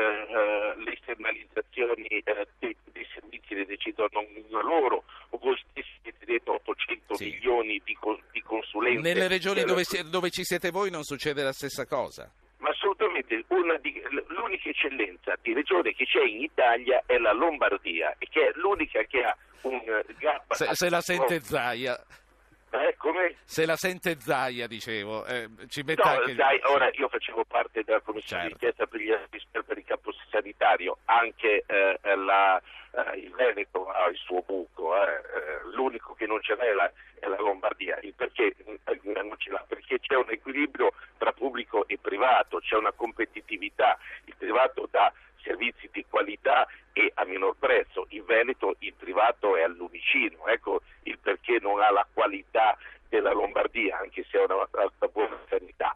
eh, le esternalizzazioni eh, dei, dei servizi le decidono loro, o voi stessi avete detto ottocento sì. milioni di, di consulenze. Nelle regioni dove, si, dove ci siete voi non succede la stessa cosa? Ma assolutamente, una di, l'unica eccellenza di regione che c'è in Italia è la Lombardia, e che è l'unica che ha un gap. Se, se la sente Zaia. Eh, come? Se la sente Zaia, dicevo, eh, ci metta no, anche... Zaia, ora io facevo parte della commissione certo. di inchiesta per, gli, per il campo sanitario, anche eh, la, eh, il Veneto ha il suo buco, eh, l'unico che non ce l'ha è la, è la Lombardia. Il perché eh, non ce l'ha? Perché c'è un equilibrio tra pubblico e privato, c'è una competitività, il privato dà servizi di qualità e a minor prezzo, in Veneto il privato è all'unicino, ecco il perché non ha la qualità della Lombardia, anche se ha una, una buona sanità,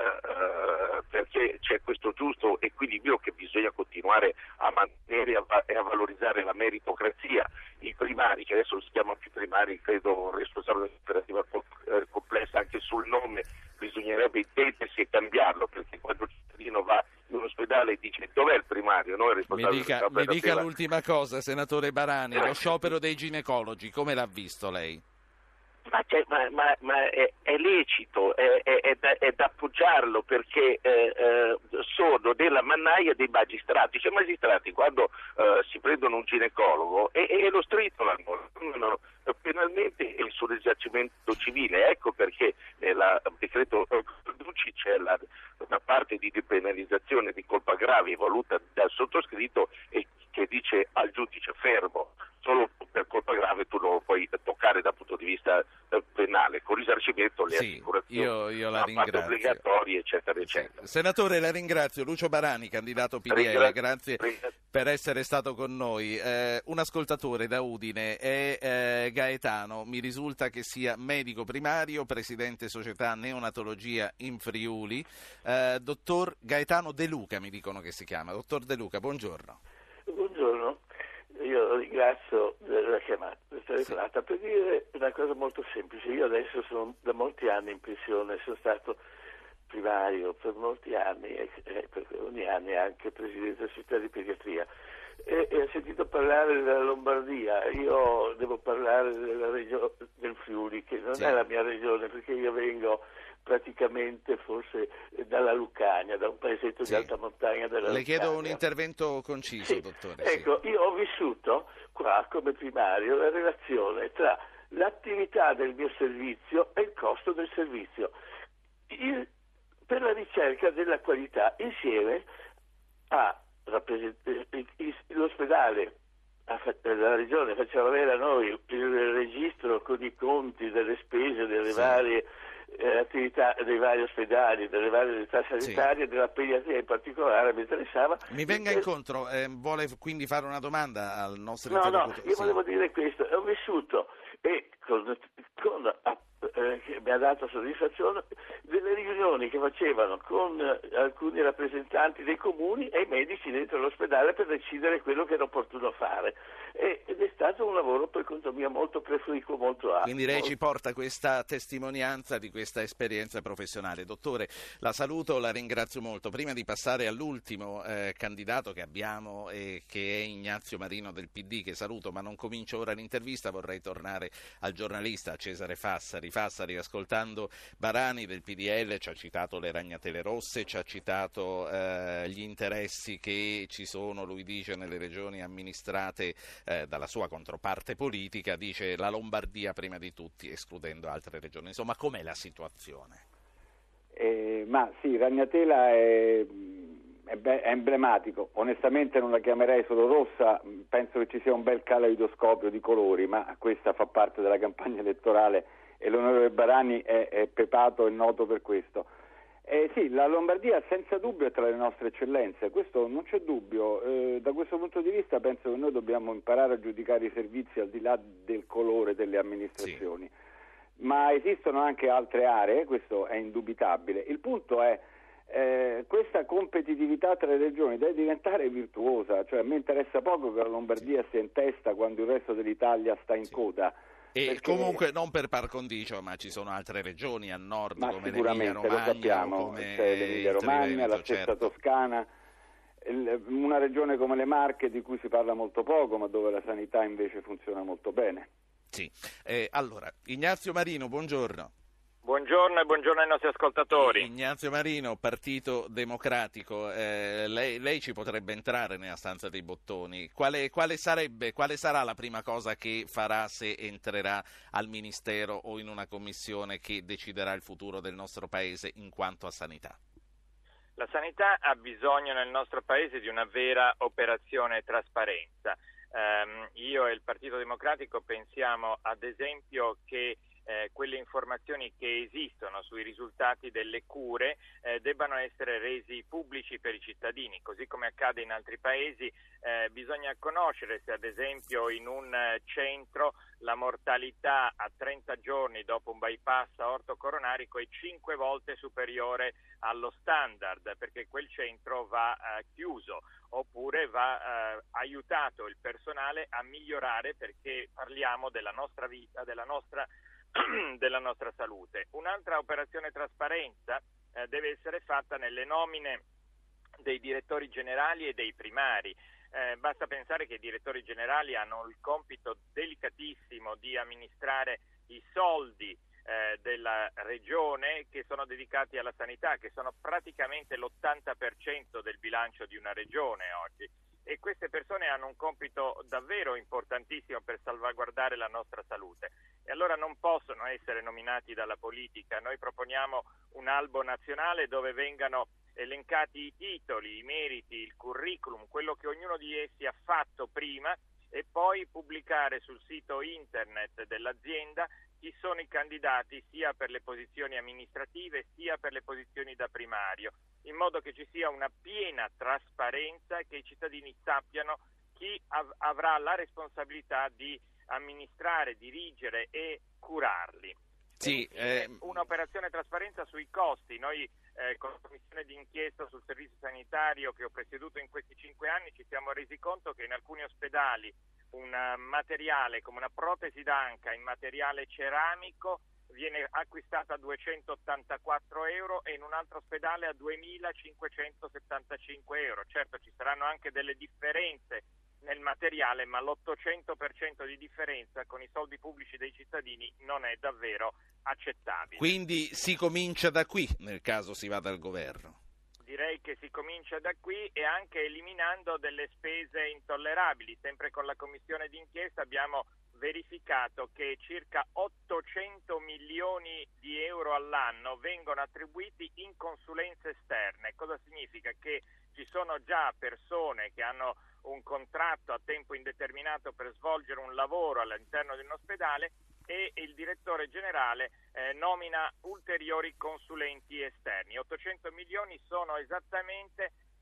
eh, perché c'è questo giusto equilibrio che bisogna continuare a mantenere e a, a valorizzare la meritocrazia. I primari, che adesso si chiamano più primari, credo responsabile operativa complessa anche sul nome, bisognerebbe intendersi e cambiarlo, perché quando il cittadino va in un ospedale e dice dov'è il primario, non è il responsabile. Mi dica, mi dica l'ultima cosa, senatore Barani, lo sciopero dei ginecologi, come l'ha visto lei? Ma, ma, ma, ma è, è lecito, è, è, è, da, è da appoggiarlo, perché eh, eh, sono della mannaia dei magistrati, cioè i magistrati quando eh, si prendono un ginecologo e, e lo stritolano no, penalmente il suo risarcimento civile, ecco perché nel decreto Ducci c'è la, una parte di depenalizzazione di colpa grave voluta dal sottoscritto e che dice al giudice fermo, solo per colpa grave tu non lo puoi toccare dal punto di vista eh, penale, con risarcimento le sì, assicurazioni io, io la ringrazio. obbligatorie eccetera eccetera. Sì. Senatore, la ringrazio. Lucio Barani, candidato P D L, Ringra- grazie ringra- per essere stato con noi. Eh, un ascoltatore da Udine è eh, Gaetano, mi risulta che sia medico primario, presidente società neonatologia in Friuli, eh, dottor Gaetano De Luca mi dicono che si chiama. Dottor De Luca, buongiorno. Buongiorno, io ringrazio della chiamata, questa telefonata, sì. per dire una cosa molto semplice. Io adesso sono da molti anni in pensione, sono stato primario per molti anni e eh, per ogni anno anche presidente della società di pediatria e, e ho sentito parlare della Lombardia. Io devo parlare della regione del Friuli, che non sì. è la mia regione, perché io vengo praticamente forse dalla Lucania, da un paesetto sì. di alta montagna della Le Lucania. chiedo un intervento conciso, sì. dottore. Ecco, sì. io ho vissuto qua come primario la relazione tra l'attività del mio servizio e il costo del servizio. Il, per la ricerca della qualità insieme a l'ospedale la regione faceva avere a noi il registro con i conti delle spese delle sì. varie eh, attività dei vari ospedali, delle varie unità sanitarie, sì. della pediatria in particolare mi interessava. Mi venga e... incontro, eh, vuole quindi fare una domanda al nostro No, no, interlocutore? io sì. volevo dire questo, ho vissuto e con, con eh, che mi ha dato soddisfazione delle riunioni che facevano con eh, alcuni rappresentanti dei comuni e i medici dentro l'ospedale per decidere quello che era opportuno fare, e, ed è stato un lavoro per conto mio molto proficuo, molto ampio. Quindi lei ci porta questa testimonianza di questa esperienza professionale. Dottore, la saluto, la ringrazio molto. Prima di passare all'ultimo eh, candidato che abbiamo, eh, che è Ignazio Marino del P D, che saluto, ma non comincio ora l'intervista, vorrei tornare al giornalista Cesare Fassari. Fassari, ascoltando Barani del P D L, ci ha citato le ragnatele rosse, ci ha citato eh, gli interessi che ci sono, lui dice, nelle regioni amministrate eh, dalla sua controparte politica, dice la Lombardia prima di tutti, escludendo altre regioni. Insomma, com'è la situazione? Eh, ma sì, ragnatela è, è, be- è emblematico, onestamente non la chiamerei solo rossa, penso che ci sia un bel caleidoscopio di colori, ma questa fa parte della campagna elettorale e l'onorevole Barani è, è pepato e noto per questo. Eh, sì, la Lombardia senza dubbio è tra le nostre eccellenze, questo non c'è dubbio. Eh, da questo punto di vista penso che noi dobbiamo imparare a giudicare i servizi al di là del colore delle amministrazioni. Sì. Ma esistono anche altre aree, questo è indubitabile. Il punto è eh, questa competitività tra le regioni deve diventare virtuosa, cioè a me interessa poco che la Lombardia sia in testa quando il resto dell'Italia sta in sì. coda. E perché... comunque non per par condicio, ma ci sono altre regioni a nord ma come l'Emilia Romagna, lo sappiamo, come c'è l'Emilia Romagna, la stessa certo. Toscana, una regione come le Marche di cui si parla molto poco, ma dove la sanità invece funziona molto bene. Sì, eh, allora, Ignazio Marino, buongiorno. Buongiorno e buongiorno ai nostri ascoltatori. Ignazio Marino, Partito Democratico, eh, lei, lei ci potrebbe entrare nella stanza dei bottoni. Quale, quale sarebbe, quale sarà la prima cosa che farà se entrerà al Ministero o in una commissione che deciderà il futuro del nostro Paese in quanto a sanità? La sanità ha bisogno nel nostro Paese di una vera operazione trasparenza. Um, io e il Partito Democratico pensiamo ad esempio che Eh, quelle informazioni che esistono sui risultati delle cure eh, debbano essere resi pubblici per i cittadini, così come accade in altri paesi. Eh, bisogna conoscere se ad esempio in un eh, centro la mortalità a trenta giorni dopo un bypass aorto coronarico è cinque volte superiore allo standard, perché quel centro va eh, chiuso, oppure va eh, aiutato il personale a migliorare, perché parliamo della nostra vita, della nostra della nostra salute. Un'altra operazione trasparenza eh, deve essere fatta nelle nomine dei direttori generali e dei primari. Eh, basta pensare che i direttori generali hanno il compito delicatissimo di amministrare i soldi eh, della regione che sono dedicati alla sanità, che sono praticamente l'ottanta per cento del bilancio di una regione oggi. E queste persone hanno un compito davvero importantissimo per salvaguardare la nostra salute, e allora non possono essere nominati dalla politica. Noi proponiamo un albo nazionale dove vengano elencati i titoli, i meriti, il curriculum, quello che ognuno di essi ha fatto prima, e poi pubblicare sul sito internet dell'azienda chi sono i candidati sia per le posizioni amministrative sia per le posizioni da primario, in modo che ci sia una piena trasparenza e che i cittadini sappiano chi av- avrà la responsabilità di amministrare, dirigere e curarli. Sì, eh... Un'operazione trasparenza sui costi. Noi eh, con la commissione d'inchiesta sul servizio sanitario che ho presieduto in questi cinque anni ci siamo resi conto che in alcuni ospedali un materiale come una protesi d'anca in materiale ceramico viene acquistata a duecentottantaquattro euro e in un altro ospedale a duemilacinquecentosettantacinque euro. Certo, ci saranno anche delle differenze nel materiale, ma l'ottocento per cento di differenza con i soldi pubblici dei cittadini non è davvero accettabile. Quindi si comincia da qui nel caso si vada al governo. Direi che si comincia da qui, e anche eliminando delle spese intollerabili. Sempre con la commissione d'inchiesta abbiamo verificato che circa ottocento milioni di euro all'anno vengono attribuiti in consulenze esterne. Cosa significa? Che ci sono già persone che hanno un contratto a tempo indeterminato per svolgere un lavoro all'interno di un ospedale, e il direttore generale eh, nomina ulteriori consulenti esterni. ottocento milioni sono esattamente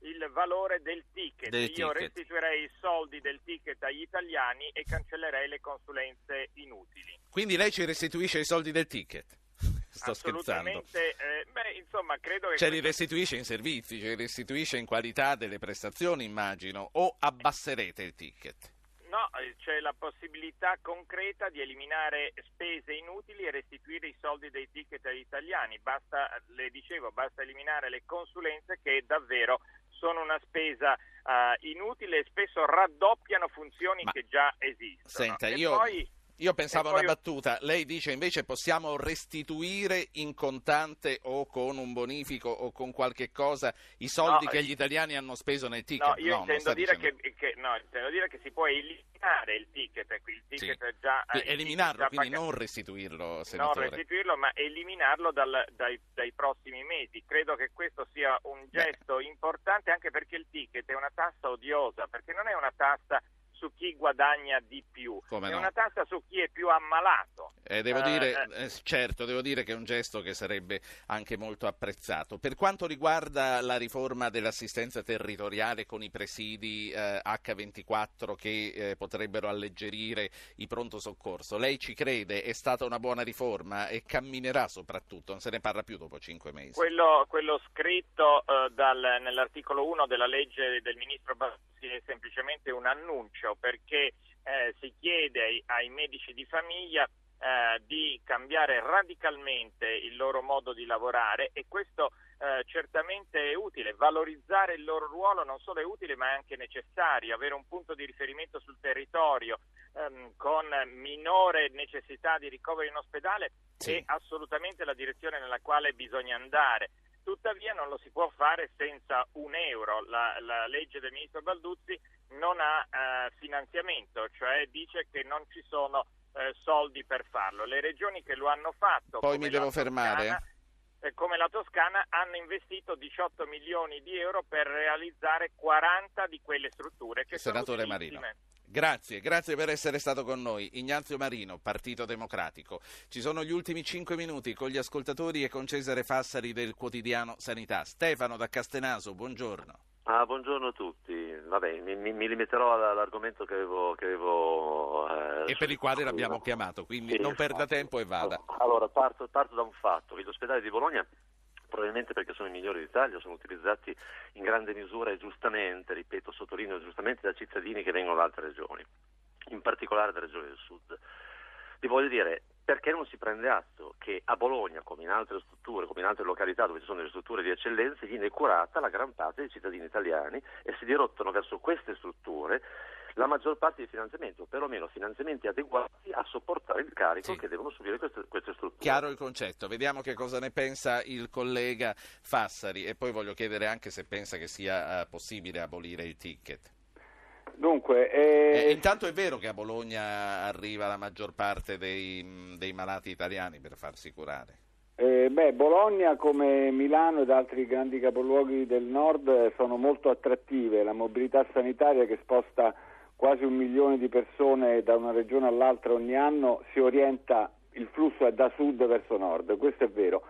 il valore del ticket. Del Io ticket. restituirei i soldi del ticket agli italiani e cancellerei le consulenze inutili. Quindi lei ci restituisce i soldi del ticket? Sto scherzando. Assolutamente, eh, beh, insomma, credo che... Ce li questo... restituisce in servizi, ce li restituisce in qualità delle prestazioni, immagino, o abbasserete il ticket? No, c'è la possibilità concreta di eliminare spese inutili e restituire i soldi dei ticket agli italiani. Basta, le dicevo, basta eliminare le consulenze che davvero sono una spesa uh, inutile e spesso raddoppiano funzioni Ma... che già esistono. Senta, e io... poi... Io pensavo a poi... una battuta, lei dice invece possiamo restituire in contante o con un bonifico o con qualche cosa i soldi no, che gli italiani hanno speso nei ticket. No, io no, intendo, dire dicendo... che, che, no, intendo dire che si può eliminare il ticket, il ticket sì. è già... Sì, eh, eliminarlo, già quindi pagato. non restituirlo, senatore. Non restituirlo, ma eliminarlo dal, dai, dai prossimi mesi. Credo che questo sia un gesto Beh. importante, anche perché il ticket è una tassa odiosa, perché non è una tassa su chi guadagna di più, Come è no? una tassa su chi è più ammalato. Eh, devo eh, dire, eh. eh, certo, devo dire che è un gesto che sarebbe anche molto apprezzato. Per quanto riguarda la riforma dell'assistenza territoriale con i presidi eh, acca ventiquattro che eh, potrebbero alleggerire i pronto soccorso, lei ci crede? È stata una buona riforma e camminerà soprattutto? Non se ne parla più dopo cinque mesi. Quello, quello scritto eh, dal, nell'articolo uno della legge del ministro Bassi è semplicemente un annuncio, perché eh, si chiede ai, ai medici di famiglia eh, di cambiare radicalmente il loro modo di lavorare, e questo eh, certamente è utile. Valorizzare il loro ruolo non solo è utile ma è anche necessario. Avere un punto di riferimento sul territorio ehm, con minore necessità di ricovero in ospedale sì. è assolutamente la direzione nella quale bisogna andare. Tuttavia non lo si può fare senza un euro. La, la legge del ministro Balduzzi non ha eh, finanziamento, cioè dice che non ci sono eh, soldi per farlo. Le regioni che lo hanno fatto, poi mi devo fermare, Toscana, eh, come la Toscana, hanno investito diciotto milioni di euro per realizzare quaranta di quelle strutture che Senatore sono utilissime. Marino. Grazie, grazie per essere stato con noi. Ignazio Marino, Partito Democratico. Ci sono gli ultimi cinque minuti con gli ascoltatori e con Cesare Fassari del quotidiano Sanità. Stefano da Castenaso, buongiorno. Ah, buongiorno a tutti. Vabbè, mi, mi, mi limiterò all'argomento che avevo... Che avevo eh, e per il quale l'abbiamo chiamato, quindi sì, non perda tempo e vada. Allora, parto, parto da un fatto. Gli ospedali di Bologna, probabilmente perché sono i migliori d'Italia, sono utilizzati in grande misura e giustamente, ripeto, sottolineo giustamente, da cittadini che vengono da altre regioni, in particolare da regioni del sud. Vi voglio dire, perché non si prende atto che a Bologna, come in altre strutture, come in altre località dove ci sono delle strutture di eccellenza, viene curata la gran parte dei cittadini italiani e si dirottano verso queste strutture la maggior parte di finanziamento, perlomeno finanziamenti adeguati a sopportare il carico sì. che devono subire queste, queste strutture. Chiaro il concetto, vediamo che cosa ne pensa il collega Fassari e poi voglio chiedere anche se pensa che sia uh, possibile abolire il ticket. Dunque, eh... Eh, intanto è vero che a Bologna arriva la maggior parte dei, dei malati italiani per farsi curare. Eh, beh, Bologna come Milano ed altri grandi capoluoghi del nord sono molto attrattive, la mobilità sanitaria che sposta quasi un milione di persone da una regione all'altra ogni anno, si orienta, il flusso è da sud verso nord, questo è vero.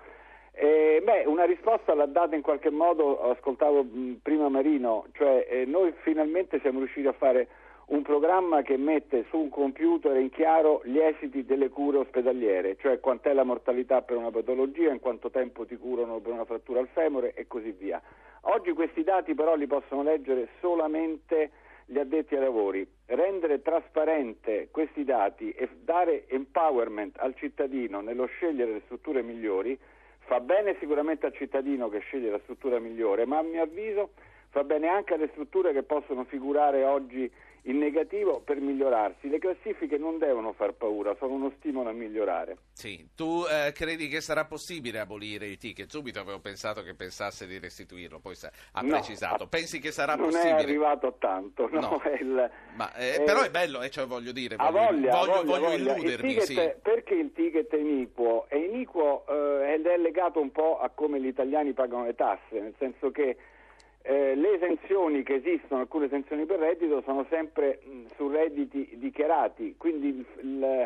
Eh, beh, una risposta l'ha data in qualche modo, ascoltavo mh, prima Marino, cioè eh, noi finalmente siamo riusciti a fare un programma che mette su un computer in chiaro gli esiti delle cure ospedaliere, cioè quant'è la mortalità per una patologia, in quanto tempo ti curano per una frattura al femore e così via. Oggi questi dati però li possono leggere solamente gli addetti ai lavori. Rendere trasparente questi dati e dare empowerment al cittadino nello scegliere le strutture migliori fa bene sicuramente al cittadino che sceglie la struttura migliore, ma a mio avviso fa bene anche alle strutture che possono figurare oggi in negativo per migliorarsi. Le classifiche non devono far paura, sono uno stimolo a migliorare. Sì, tu eh, credi che sarà possibile abolire il ticket? Subito avevo pensato che pensasse di restituirlo, poi ha precisato. No, pensi che sarà non possibile? Non è arrivato a tanto, no. no. È il, Ma, eh, è... però è bello, eh, cioè voglio dire, voglio, voglia, voglio, voglia, voglio voglia. illudermi. Il ticket, sì. Perché il ticket è iniquo? È iniquo eh, ed è legato un po' a come gli italiani pagano le tasse, nel senso che Eh, le esenzioni che esistono, alcune esenzioni per reddito, sono sempre mh, su redditi dichiarati, quindi il, il,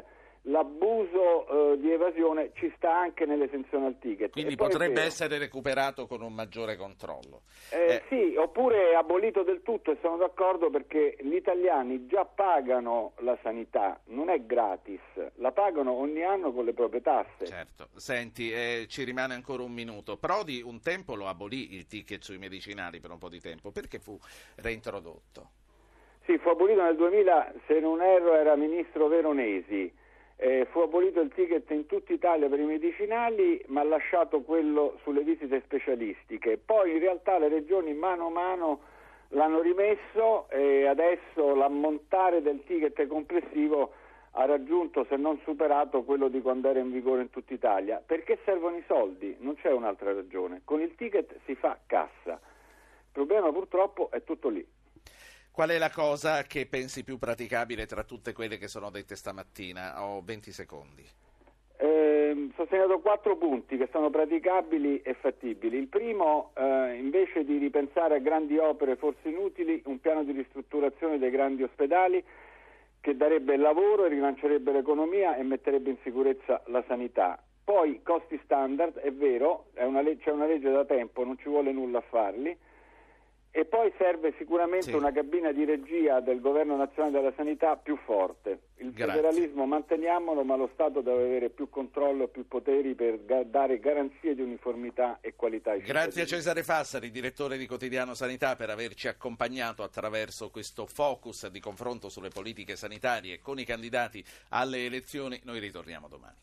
l'abuso eh, di evasione ci sta anche nell'esenzione al ticket. Quindi potrebbe essere recuperato con un maggiore controllo. Eh, eh. Sì, oppure abolito del tutto, e sono d'accordo, perché gli italiani già pagano la sanità, non è gratis, la pagano ogni anno con le proprie tasse. Certo. Senti, eh, ci rimane ancora un minuto. Prodi un tempo lo abolì il ticket sui medicinali per un po' di tempo, perché fu reintrodotto? Sì, fu abolito nel duemila, se non erro era ministro Veronesi. Eh, fu abolito il ticket in tutta Italia per i medicinali, ma ha lasciato quello sulle visite specialistiche. Poi in realtà le regioni mano a mano l'hanno rimesso e adesso l'ammontare del ticket complessivo ha raggiunto, se non superato, quello di quando era in vigore in tutta Italia. Perché servono i soldi? Non c'è un'altra ragione. Con il ticket si fa cassa. Il problema purtroppo è tutto lì. Qual è la cosa che pensi più praticabile tra tutte quelle che sono dette stamattina? Ho venti secondi. Eh, ho segnato quattro punti che sono praticabili e fattibili. Il primo, eh, invece di ripensare a grandi opere forse inutili, un piano di ristrutturazione dei grandi ospedali che darebbe lavoro e rilancerebbe l'economia e metterebbe in sicurezza la sanità. Poi costi standard, è vero, è una legge, c'è una legge da tempo, non ci vuole nulla a farli. E poi serve sicuramente sì. una cabina di regia del Governo Nazionale della Sanità più forte. Il Grazie. federalismo manteniamolo, ma lo Stato deve avere più controllo e più poteri per ga- dare garanzie di uniformità e qualità ai cittadini. Grazie a Cesare Fassari, direttore di Quotidiano Sanità, per averci accompagnato attraverso questo focus di confronto sulle politiche sanitarie con i candidati alle elezioni. Noi ritorniamo domani.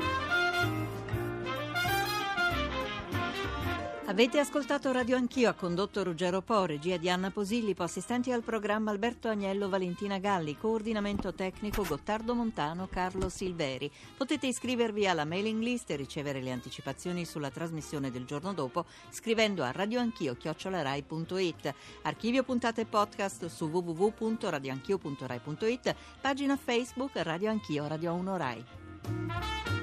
Avete ascoltato Radio Anch'io, ha condotto Ruggero Po, regia di Anna Posillipo, assistenti al programma Alberto Agnello, Valentina Galli, coordinamento tecnico Gottardo Montano, Carlo Silveri. Potete iscrivervi alla mailing list e ricevere le anticipazioni sulla trasmissione del giorno dopo scrivendo a radioanchio chiocciola rai punto it. Archivio puntate podcast su w w w punto radioanchio punto rai punto it, pagina Facebook Radio Anch'io, Radio uno Rai.